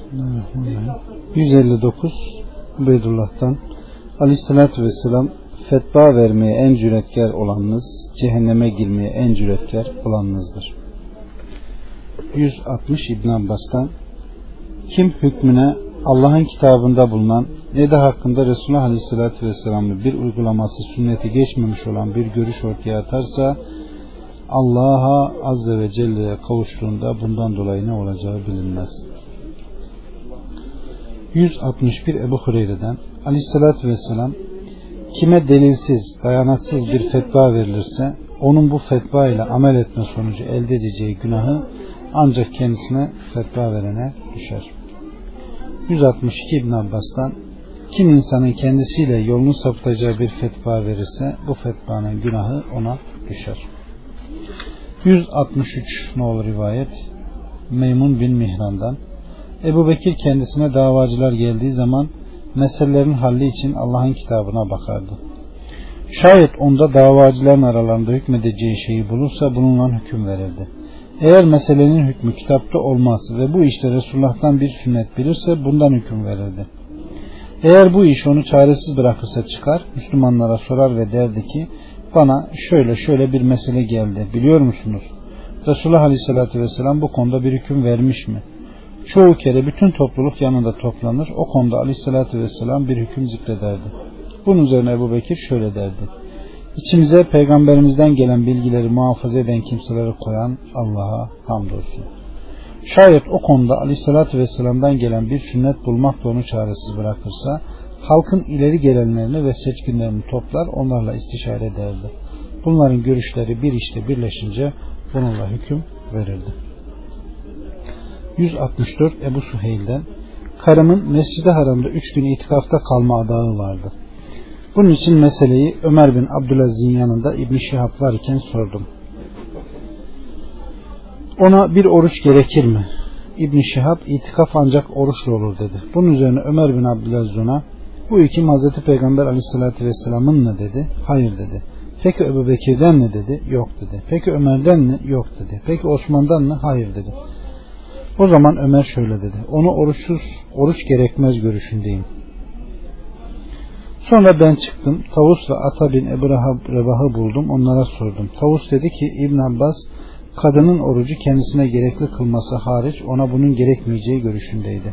Bismillahirrahmanirrahim. 159 Ubeydullah'tan Aleyhisselatü Vesselam fetva vermeye en cüretkar olanınız, cehenneme girmeye en cüretkar olanınızdır. 160 İbn Abbas'tan kim hükmüne Allah'ın kitabında bulunan ne de hakkında Resulullah Aleyhisselatü Vesselam'ın bir uygulaması sünneti geçmemiş olan bir görüş ortaya atarsa Allah'a Azze ve Celle'ye kavuştuğunda bundan dolayı ne olacağı bilinmez. 161 Ebu Hureyre'den Aleyhisselatü Vesselam kime delilsiz, dayanaksız bir fetva verilirse onun bu fetva ile amel etme sonucu elde edeceği günahı ancak kendisine fetva verene düşer. 162 İbn Abbas'tan kim insanın kendisiyle yolunu sapıtacağı bir fetva verirse bu fetvanın günahı ona düşer. 163 nolu rivayet Meymun bin Mihran'dan Ebu Bekir kendisine davacılar geldiği zaman meselelerin halli için Allah'ın kitabına bakardı. Şayet onda davacıların aralarında hükmedeceği şeyi bulursa bununla hüküm verirdi. Eğer meselenin hükmü kitapta olmaz ve bu işte Resulullah'tan bir sünnet bilirse bundan hüküm verirdi. Eğer bu iş onu çaresiz bırakırsa çıkar, Müslümanlara sorar ve derdi ki bana şöyle bir mesele geldi, biliyor musunuz? Resulullah Aleyhisselatü Vesselam bu konuda bir hüküm vermiş mi? Çoğu kere bütün topluluk yanında toplanır, o konuda Aleyhisselatü Vesselam bir hüküm zikrederdi. Bunun üzerine Ebu Bekir şöyle derdi: İçimize peygamberimizden gelen bilgileri muhafaza eden kimseleri koyan Allah'a hamdolsun. Şayet o konuda Aleyhisselatü Vesselam'dan gelen bir sünnet bulmakla onu çaresiz bırakırsa halkın ileri gelenlerini ve seçkinlerini toplar, onlarla istişare ederdi. Bunların görüşleri bir işte birleşince bununla hüküm verirdi. 164 Ebu Suheyl'den karımın Mescid-i Haram'da 3 gün itikafta kalma adağı vardı. Bunun için meseleyi Ömer bin Abdülaziz'in yanında İbn Şihab varken sordum. Ona bir oruç gerekir mi? İbn Şihab itikaf ancak oruçla olur dedi. Bunun üzerine Ömer bin Abdülaziz ona bu hüküm Hazreti Peygamber Aleyhisselatü Vesselam'ın mı dedi? Hayır dedi. Peki Ebu Bekir'den ne dedi? Yok dedi. Peki Ömer'den mi? Yok dedi. Peki Osman'dan mı? Hayır dedi. O zaman Ömer şöyle dedi: onu oruç gerekmez görüşündeyim. Sonra ben çıktım. Tavus ve Ata bin Ebu Rebah'ı buldum. Onlara sordum. Tavus dedi ki İbn Abbas kadının orucu kendisine gerekli kılması hariç ona bunun gerekmeyeceği görüşündeydi.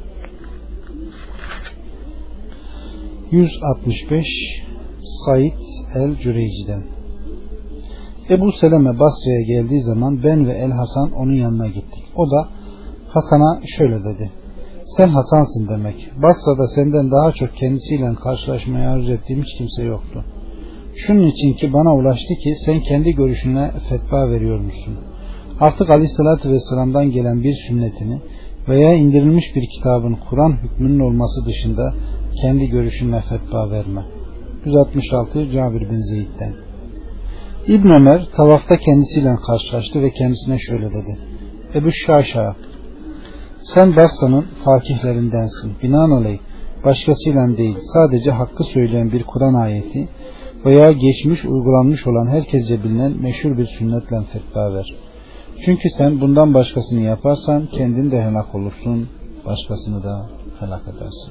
165 Said el-Cüreyci'den Ebu Seleme Basra'ya geldiği zaman ben ve El Hasan onun yanına gittik. O da Hasan'a şöyle dedi: sen Hasan'sın demek. Basra'da senden daha çok kendisiyle karşılaşmaya arzu ettiğim hiç kimse yoktu. Şunun için ki bana ulaştı ki sen kendi görüşüne fetva veriyormuşsun. Artık Aleyhisselatü Vesselam'dan gelen bir sünnetini veya indirilmiş bir kitabın Kur'an hükmünün olması dışında kendi görüşüne fetva verme. 166 Cabir bin Zeyd'den İbn Ömer tavafta kendisiyle karşılaştı ve kendisine şöyle dedi: Ebu Şaşa, sen Basra'nın fakihlerindensin. Binaenaleyh başkasıyla değil, sadece hakkı söyleyen bir Kur'an ayeti veya geçmiş uygulanmış olan herkesce bilinen meşhur bir sünnetle fetva ver. Çünkü sen bundan başkasını yaparsan kendin de helak olursun, başkasını da helak edersin.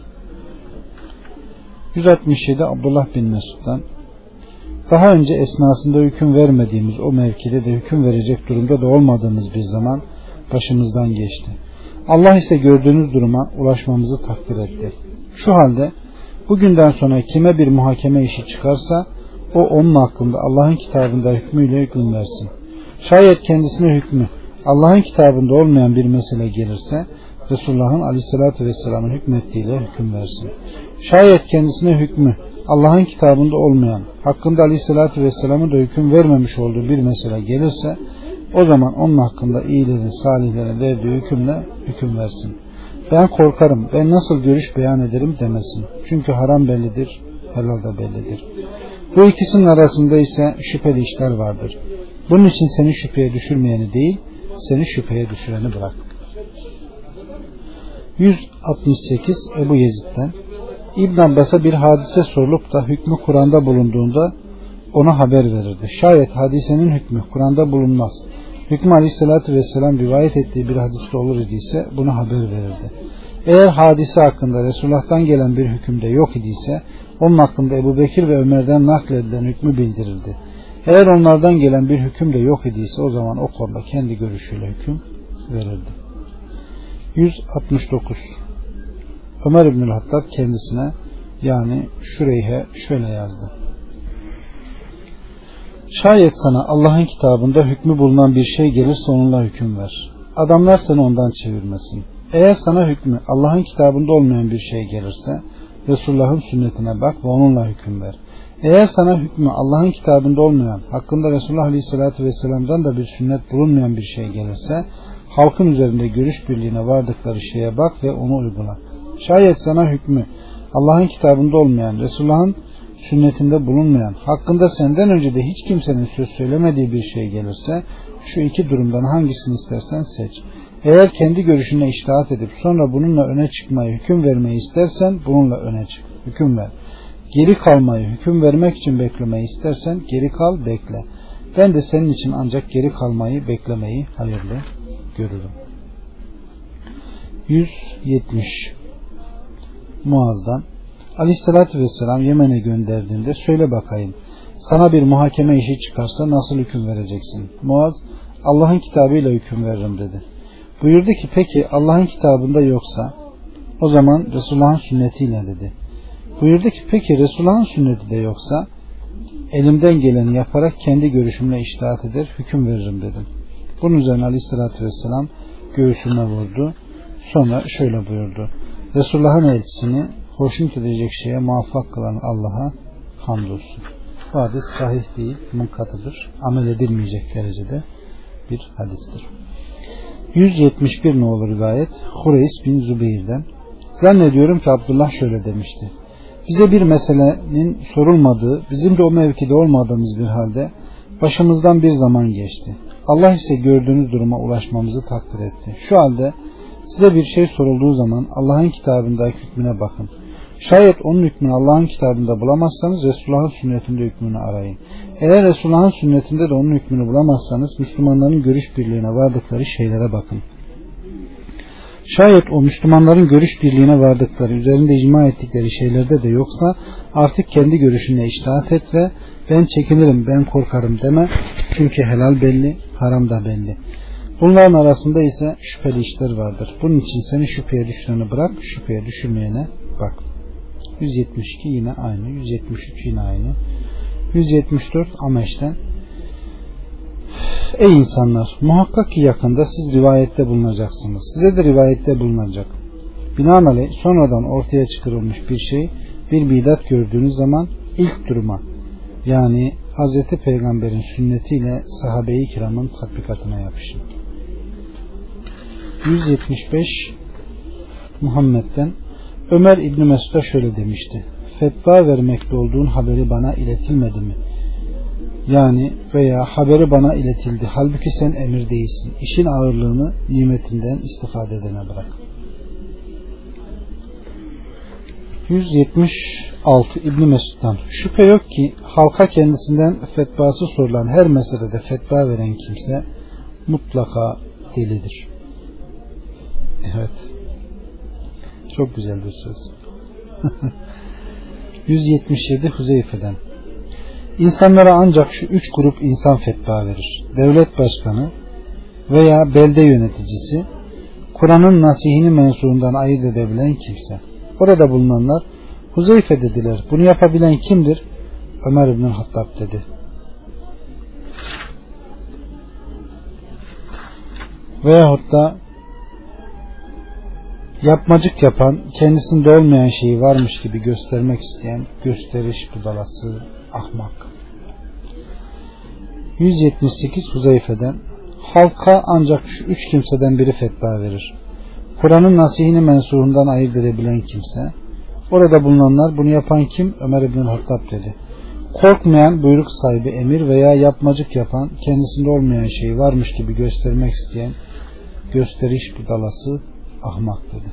167 Abdullah bin Mesud'dan daha önce esnasında hüküm vermediğimiz o mevkide de hüküm verecek durumda da olmadığımız bir zaman başımızdan geçti. Allah ise gördüğünüz duruma ulaşmamızı takdir etti. Şu halde bugünden sonra kime bir muhakeme işi çıkarsa o onun hakkında Allah'ın kitabında hükmüyle hüküm versin. Şayet kendisine hükmü Allah'ın kitabında olmayan bir mesele gelirse Resulullah'ın Aleyhisselatü Vesselam'ın hükmettiğiyle hüküm versin. Şayet kendisine hükmü Allah'ın kitabında olmayan, hakkında Aleyhisselatü Vesselam'ın da hüküm vermemiş olduğu bir mesele gelirse o zaman onun hakkında iyilerin, salihlerin verdiği hükümle hüküm versin. Ben korkarım, ben nasıl görüş beyan ederim demesin. Çünkü haram bellidir, helal da bellidir. Bu ikisinin arasında ise şüpheli işler vardır. Bunun için seni şüpheye düşürmeyeni değil, seni şüpheye düşüreni bırak. 168 Ebu Yezid'den İbn Abbas'a bir hadise sorulup da hükmü Kur'an'da bulunduğunda ona haber verirdi. Şayet hadisenin hükmü Kur'an'da bulunmaz, hükmü Aleyhisselatü Vesselam rivayet ettiği bir hadiste olur idiyse buna haber verirdi. Eğer hadise hakkında Resulullah'tan gelen bir hükümde yok idiyse onun hakkında Ebu Bekir ve Ömer'den nakledilen hükmü bildirildi. Eğer onlardan gelen bir hüküm de yok idiyse o zaman o konuda kendi görüşüyle hüküm verirdi. 169. Ömer İbnül Hattab kendisine yani Şureyh'e şöyle yazdı. Şayet sana Allah'ın kitabında hükmü bulunan bir şey gelirse onunla hüküm ver. Adamlar seni ondan çevirmesin. Eğer sana hükmü Allah'ın kitabında olmayan bir şey gelirse Resulullah'ın sünnetine bak ve onunla hüküm ver. Eğer sana hükmü Allah'ın kitabında olmayan, hakkında Resulullah Aleyhisselatü Vesselam'dan da bir sünnet bulunmayan bir şey gelirse halkın üzerinde görüş birliğine vardıkları şeye bak ve onu uygula. Şayet sana hükmü Allah'ın kitabında olmayan, Resulullah'ın sünnetinde bulunmayan, hakkında senden önce de hiç kimsenin söz söylemediği bir şey gelirse şu iki durumdan hangisini istersen seç. Eğer kendi görüşüne içtihat edip sonra bununla öne çıkmayı, hüküm vermeyi istersen bununla öne çık, hüküm ver. Geri kalmayı, hüküm vermek için beklemeyi istersen geri kal, bekle. Ben de senin için ancak geri kalmayı, beklemeyi hayırlı görürüm. 170. Muaz'dan Aleyhisselatü Vesselam Yemen'e gönderdiğinde söyle bakayım sana bir muhakeme işi çıkarsa nasıl hüküm vereceksin? Muaz Allah'ın kitabıyla hüküm veririm dedi. Buyurdu ki peki Allah'ın kitabında yoksa o zaman Resulullah'ın sünnetiyle dedi. Buyurdu ki peki Resulullah'ın sünneti de yoksa elimden geleni yaparak kendi görüşümle içtihat eder hüküm veririm dedim. Bunun üzerine Aleyhisselatü Vesselam göğsüme vurdu. Sonra şöyle buyurdu. Resulullah'ın elçisini hoşnut edecek şeye muvaffak kılan Allah'a hamdolsun. Bu hadis sahih değil, munkatıdır. Amel edilmeyecek derecede bir hadistir. 171 nolu rivayet Hureys bin Zübeyir'den. Zannediyorum ki Abdullah şöyle demişti. Bize bir meselenin sorulmadığı, bizim de o mevkide olmadığımız bir halde başımızdan bir zaman geçti. Allah ise gördüğünüz duruma ulaşmamızı takdir etti. Şu halde size bir şey sorulduğu zaman Allah'ın kitabındaki hükmüne bakın. Şayet onun hükmünü Allah'ın kitabında bulamazsanız Resulullah'ın sünnetinde hükmünü arayın. Eğer Resulullah'ın sünnetinde de onun hükmünü bulamazsanız Müslümanların görüş birliğine vardıkları şeylere bakın. Şayet o Müslümanların görüş birliğine vardıkları, üzerinde icma ettikleri şeylerde de yoksa artık kendi görüşüne içtihat et ve ben çekinirim, ben korkarım deme. Çünkü helal belli, haram da belli. Bunların arasında ise şüpheli işler vardır. Bunun için seni şüpheye düşüreni bırak, şüpheye düşürmeyene bak. 172 yine aynı, 173 yine aynı. 174 Ameş'ten. Ey insanlar! Muhakkak ki yakında siz rivayette bulunacaksınız. Size de rivayette bulunacak. Binaenaleyh sonradan ortaya çıkarılmış bir şey, bir bidat gördüğünüz zaman ilk duruma, yani Hz. Peygamber'in sünnetiyle sahabe-i kiramın tatbikatına yapışın. 175 Muhammed'den Ömer İbni Mesud'a şöyle demişti. Fetva vermekte olduğun haberi bana iletilmedi mi? Yani veya haberi bana iletildi. Halbuki sen emir değilsin. İşin ağırlığını nimetinden istifade edene bırak. 176 İbni Mesud'dan. Şüphe yok ki halka kendisinden fetvası sorulan her meselede fetva veren kimse mutlaka delidir. Evet. Çok güzel bir söz. 177 Huzeyfe'den. İnsanlara ancak şu 3 grup insan fetva verir. Devlet başkanı veya belde yöneticisi, Kur'an'ın nasihini mensuğundan ayırt edebilen kimse. Orada bulunanlar Huzeyfe dediler. Bunu yapabilen kimdir? Ömer İbn Hattab dedi. Veyahut da yapmacık yapan, kendisinde olmayan şeyi varmış gibi göstermek isteyen gösteriş budalası, ahmak. 178 Huzeyfe'den. Halka ancak şu 3 kimseden biri fetva verir. Kur'an'ın nasihini mensuğundan ayırt edebilen kimse. Orada bulunanlar bunu yapan kim? Ömer İbn Hattab dedi. Korkmayan, buyruk sahibi emir veya yapmacık yapan, kendisinde olmayan şeyi varmış gibi göstermek isteyen gösteriş budalası, ahmak dedi.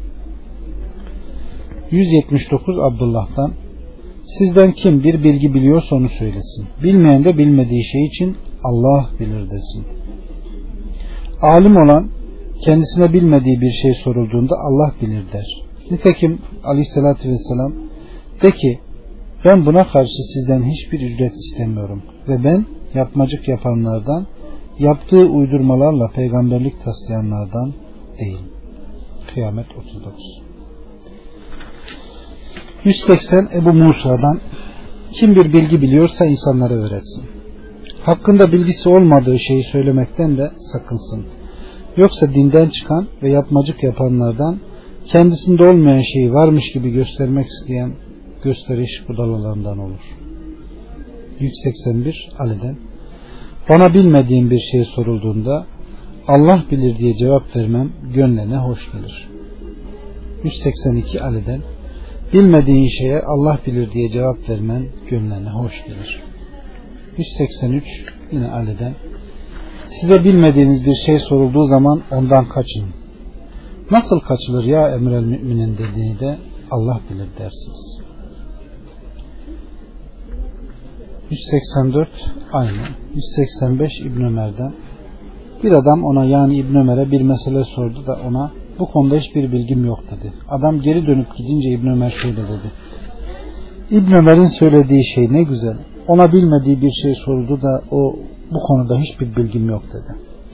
179 Abdullah'tan. Sizden kim bir bilgi biliyorsa onu söylesin. Bilmeyen de bilmediği şey için Allah bilir desin. Alim olan kendisine bilmediği bir şey sorulduğunda Allah bilir der. Nitekim Aleyhisselatü Vesselam de ki ben buna karşı sizden hiçbir ücret istemiyorum ve ben yapmacık yapanlardan, yaptığı uydurmalarla peygamberlik taslayanlardan değilim. Kıyamet 39. 180 Ebu Musa'dan kim bir bilgi biliyorsa insanlara öğretsin. Hakkında bilgisi olmadığı şeyi söylemekten de sakınsın. Yoksa dinden çıkan ve yapmacık yapanlardan kendisinde olmayan şeyi varmış gibi göstermek isteyen gösteriş budalalarından olur. 181 Ali'den bana bilmediğim bir şey sorulduğunda Allah bilir diye cevap vermem gönlüne hoş gelir. 182 Ali'den bilmediğin şeye Allah bilir diye cevap vermen gönlüne hoş gelir. 183 yine Ali'den size bilmediğiniz bir şey sorulduğu zaman ondan kaçın. Nasıl kaçılır ya emrel müminin dediğinde Allah bilir dersiniz. 184 aynı. 185 İbn Ömer'den bir adam ona yani İbn Ömer'e bir mesele sordu da ona bu konuda hiçbir bilgim yok dedi. Adam geri dönüp gidince İbn Ömer şöyle dedi. İbn Ömer'in söylediği şey ne güzel. Ona bilmediği bir şey soruldu da o bu konuda hiçbir bilgim yok dedi.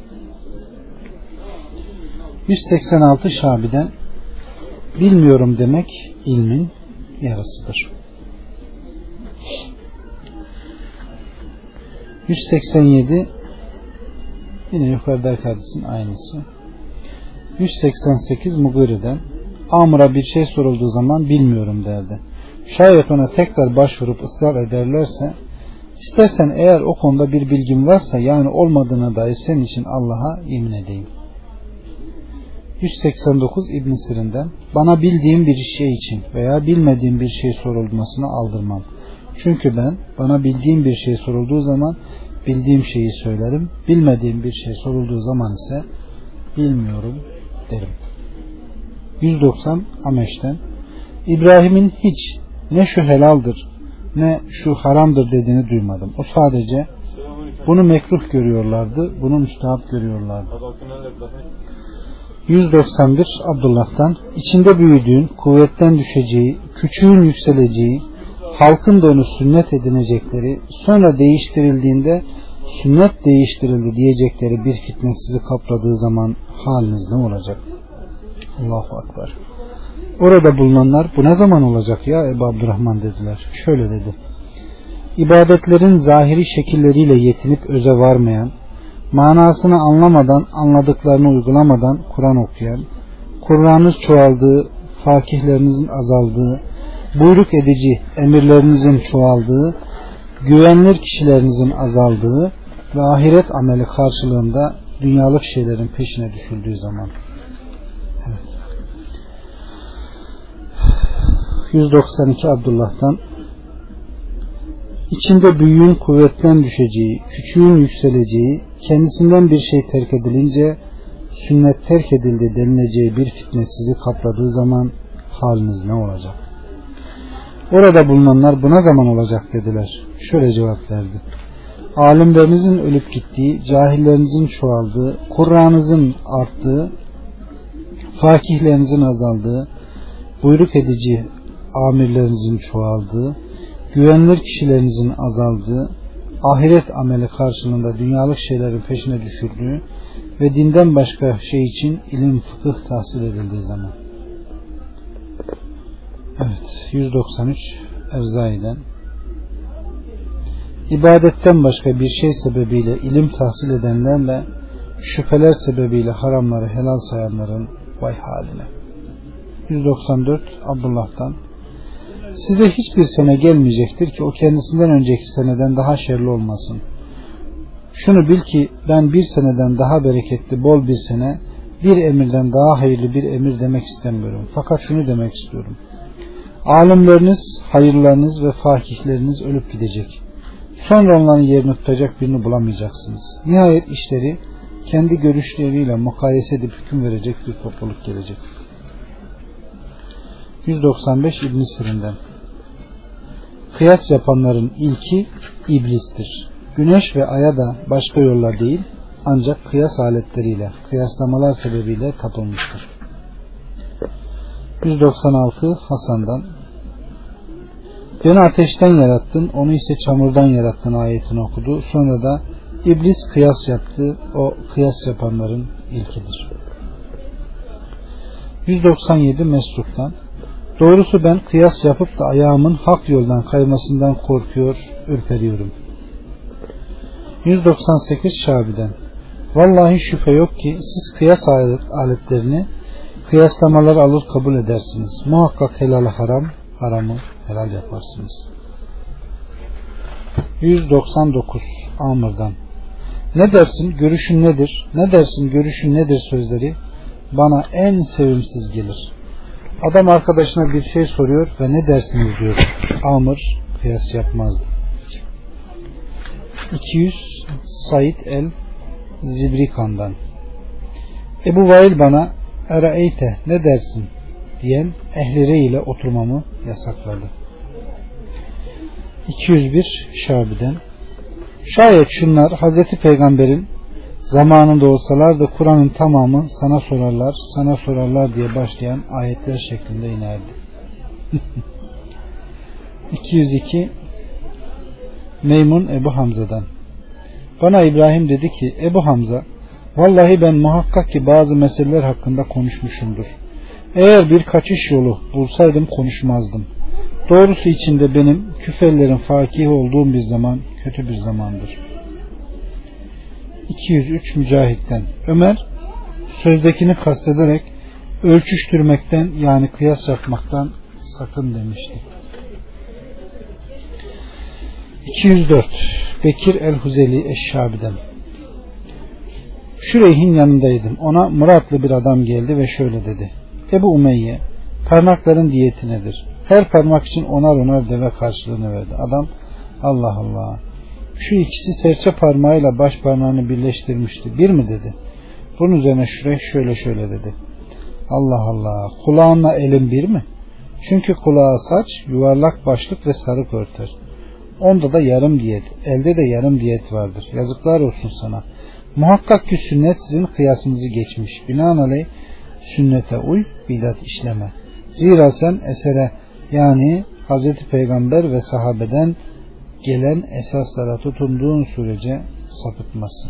186 Şabi'den bilmiyorum demek ilmin yarısıdır. 187 yine yukarıdaki hadisin aynısı. 188 Mugire'den Amr'a bir şey sorulduğu zaman bilmiyorum derdi. Şayet ona tekrar başvurup ısrar ederlerse istersen eğer o konuda bir bilgim varsa yani olmadığına dair senin için Allah'a yemin edeyim. 189 İbn Sirin'den bana bildiğim bir şey için veya bilmediğim bir şey sorulmasına aldırmam. Çünkü ben bana bildiğim bir şey sorulduğu zaman bildiğim şeyi söylerim. Bilmediğim bir şey sorulduğu zaman ise bilmiyorum derim. 190 Ameş'ten İbrahim'in hiç ne şu helaldir ne şu haramdır dediğini duymadım. O sadece bunu mekruh görüyorlardı, bunu müstehap görüyorlardı. 191 Abdullah'tan içinde büyüdüğün, kuvvetten düşeceği, küçüğün yükseleceği, halkın da onu sünnet edinecekleri, sonra değiştirildiğinde sünnet değiştirildi diyecekleri bir fitne sizi kapladığı zaman haliniz ne olacak? Allahu Ekber. Orada bulunanlar bu ne zaman olacak ya Ebu Abdurrahman dediler. Şöyle dedi. İbadetlerin zahiri şekilleriyle yetinip öze varmayan, manasını anlamadan, anladıklarını uygulamadan Kur'an okuyan, Kur'an'ınız çoğaldığı, fakihlerinizin azaldığı, buyruk edici emirlerinizin çoğaldığı, güvenilir kişilerinizin azaldığı ve ahiret ameli karşılığında dünyalık şeylerin peşine düşüldüğü zaman. Evet. 192 Abdullah'tan içinde büyüğün kuvvetten düşeceği, küçüğün yükseleceği, kendisinden bir şey terk edilince sünnet terk edildi denileceği bir fitne sizi kapladığı zaman haliniz ne olacak? Orada bulunanlar buna zaman olacak dediler. Şöyle cevap verdi. Alimlerinizin ölüp gittiği, cahillerinizin çoğaldığı, Kur'an'ınızın arttığı, fakihlerinizin azaldığı, buyruk edici amirlerinizin çoğaldığı, güvenilir kişilerinizin azaldığı, ahiret ameli karşılığında dünyalık şeylerin peşine düşürdüğü ve dinden başka şey için ilim, fıkıh tahsil edildiği zaman. Evet, 193 Erzai'den İbadetten başka bir şey sebebiyle ilim tahsil edenlerle şüpheler sebebiyle haramları helal sayanların vay haline. 194 Abdullah'tan size hiçbir sene gelmeyecektir ki o kendisinden önceki seneden daha şerli olmasın. Şunu bil ki ben bir seneden daha bereketli bol bir sene, bir emirden daha hayırlı bir emir demek istemiyorum. Fakat şunu demek istiyorum. Alimleriniz, hayırlarınız ve fakihleriniz ölüp gidecek. Sonra onların yerini tutacak birini bulamayacaksınız. Nihayet işleri kendi görüşleriyle mukayese edip hüküm verecek bir topluluk gelecek. 195 İbn Sirin'den kıyas yapanların ilki iblistir. Güneş ve aya da başka yolla değil, ancak kıyas aletleriyle, kıyaslamalar sebebiyle tapılmıştır. 196 Hasan'dan: beni ateşten yarattın, onu ise çamurdan yarattın ayetini okudu. Sonra da İblis kıyas yaptı, o kıyas yapanların ilkidir. 197 Mesruk'tan: doğrusu ben kıyas yapıp da ayağımın hak yoldan kaymasından korkuyor, ürperiyorum. 198 Şabi'den: vallahi şüphe yok ki siz kıyas aletlerini kıyaslamalar alır kabul edersiniz. Muhakkak helalı haram, haramı helal yaparsınız. 199 Amr'dan: ne dersin, görüşün nedir? Ne dersin, görüşün nedir sözleri bana en sevimsiz gelir. Adam arkadaşına bir şey soruyor ve ne dersiniz diyor. Amr kıyas yapmazdı. 200 Said el-Zibrikan'dan: Ebu Vail bana Eraeyte ne dersin diyen ehlire ile oturmamı yasakladı. 201 Şabi'den: şayet şunlar Hazreti Peygamber'in zamanında olsalardı Kur'an'ın tamamı sana sorarlar, sana sorarlar diye başlayan ayetler şeklinde inerdi. 202 Meymun Ebu Hamza'dan: bana İbrahim dedi ki, Ebu Hamza, vallahi ben muhakkak ki bazı meseleler hakkında konuşmuşumdur. Eğer bir kaçış yolu bulsaydım konuşmazdım. Doğrusu içinde benim küfellerin fakih olduğum bir zaman kötü bir zamandır. 203 Mücahit'ten: Ömer sözdekini kastederek ölçüştürmekten yani kıyas yapmaktan sakın demişti. 204 Bekir el-Huzeli Eşşabi'den: Şureyh'in yanındaydım. Ona Muratlı bir adam geldi ve şöyle dedi: Ebu Umeyye, parmakların diyeti nedir? Her parmak için onar deve karşılığını verdi. Adam, Allah Allah, şu ikisi serçe parmağıyla baş parmağını birleştirmişti. Bir mi dedi? Bunun üzerine Şureyh şöyle dedi: Allah Allah, kulağınla elin bir mi? Çünkü kulağa saç, yuvarlak başlık ve sarık örter. Onda da yarım diyet, elde de yarım diyet vardır. Yazıklar olsun sana. Muhakkak ki sünnet sizin kıyasınızı geçmiş. Binaenaleyh sünnete uy, bidat işleme. Zira sen esere yani Hz. Peygamber ve sahabeden gelen esaslara tutunduğun sürece sapıtmazsın.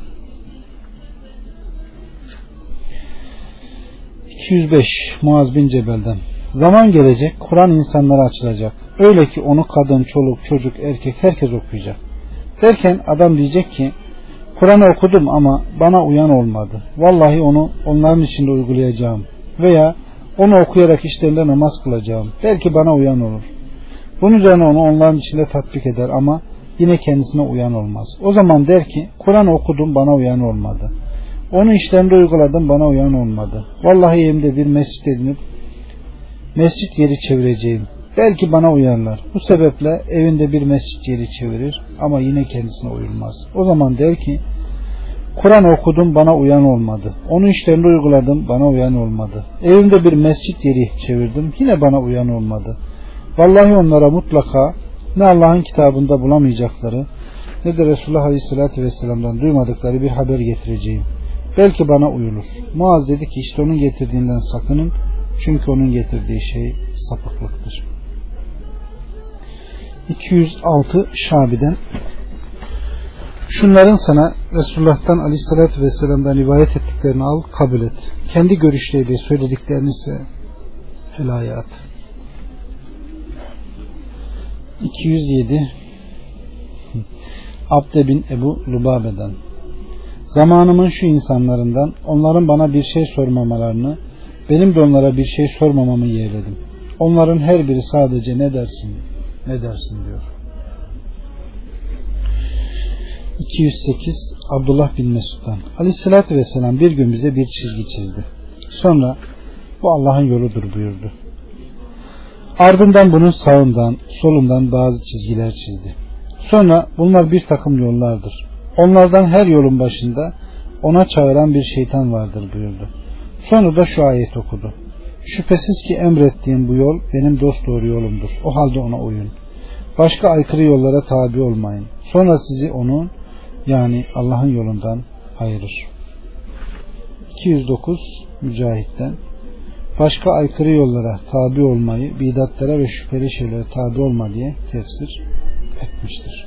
205 Muaz bin Cebel'den: zaman gelecek, Kur'an insanlara açılacak. Öyle ki onu kadın, çoluk, çocuk, erkek herkes okuyacak. Derken adam diyecek ki, Kur'an'ı okudum ama bana uyan olmadı. Vallahi onu onların içinde uygulayacağım. Veya onu okuyarak işlerinde namaz kılacağım. Belki bana uyan olur. Bunun üzerine onu onların içinde tatbik eder ama yine kendisine uyan olmaz. O zaman der ki, Kur'an okudum bana uyan olmadı. Onu işlerinde uyguladım bana uyan olmadı. Vallahi evimde bir mescit edinip mescit yeri çevireceğim. Belki bana uyarlar. Bu sebeple evinde bir mescit yeri çevirir ama yine kendisine uyulmaz. O zaman der ki, Kur'an okudum bana uyan olmadı. Onu işlerinde uyguladım bana uyan olmadı. Evimde bir mescit yeri çevirdim yine bana uyan olmadı. Vallahi onlara mutlaka ne Allah'ın kitabında bulamayacakları ne de Resulullah Aleyhisselatü Vesselam'dan duymadıkları bir haber getireceğim. Belki bana uyulur. Muaz dedi ki, işte onun getirdiğinden sakının. Çünkü onun getirdiği şey sapıklıktır. 206 Şabi'den: şunların sana Resulullah'tan Aleyhisselatü Vesselam'dan rivayet ettiklerini al, kabul et. Kendi görüşleriyle söylediklerini ise helaya at. 207 Abde bin Ebu Lubabe'den: zamanımın şu insanlarından onların bana bir şey sormamalarını, benim de onlara bir şey sormamamı yeğledim. Onların her biri sadece ne dersin diyor. 208 Abdullah bin Mesud'dan: Aleyhisselatü Vesselam bir gün bize bir çizgi çizdi. Sonra bu Allah'ın yoludur buyurdu. Ardından bunun sağından, solundan bazı çizgiler çizdi. Sonra bunlar bir takım yollardır. Onlardan her yolun başında ona çağıran bir şeytan vardır buyurdu. Sonra da şu ayet okudu: şüphesiz ki emrettiğim bu yol benim dosdoğru yolumdur. O halde ona uyun. Başka aykırı yollara tabi olmayın. Sonra sizi onun yani Allah'ın yolundan ayırır. 209 Mücahit'ten başka aykırı yollara tabi olmayı bidatlara ve şüpheli şeylere tabi olma diye tefsir etmiştir.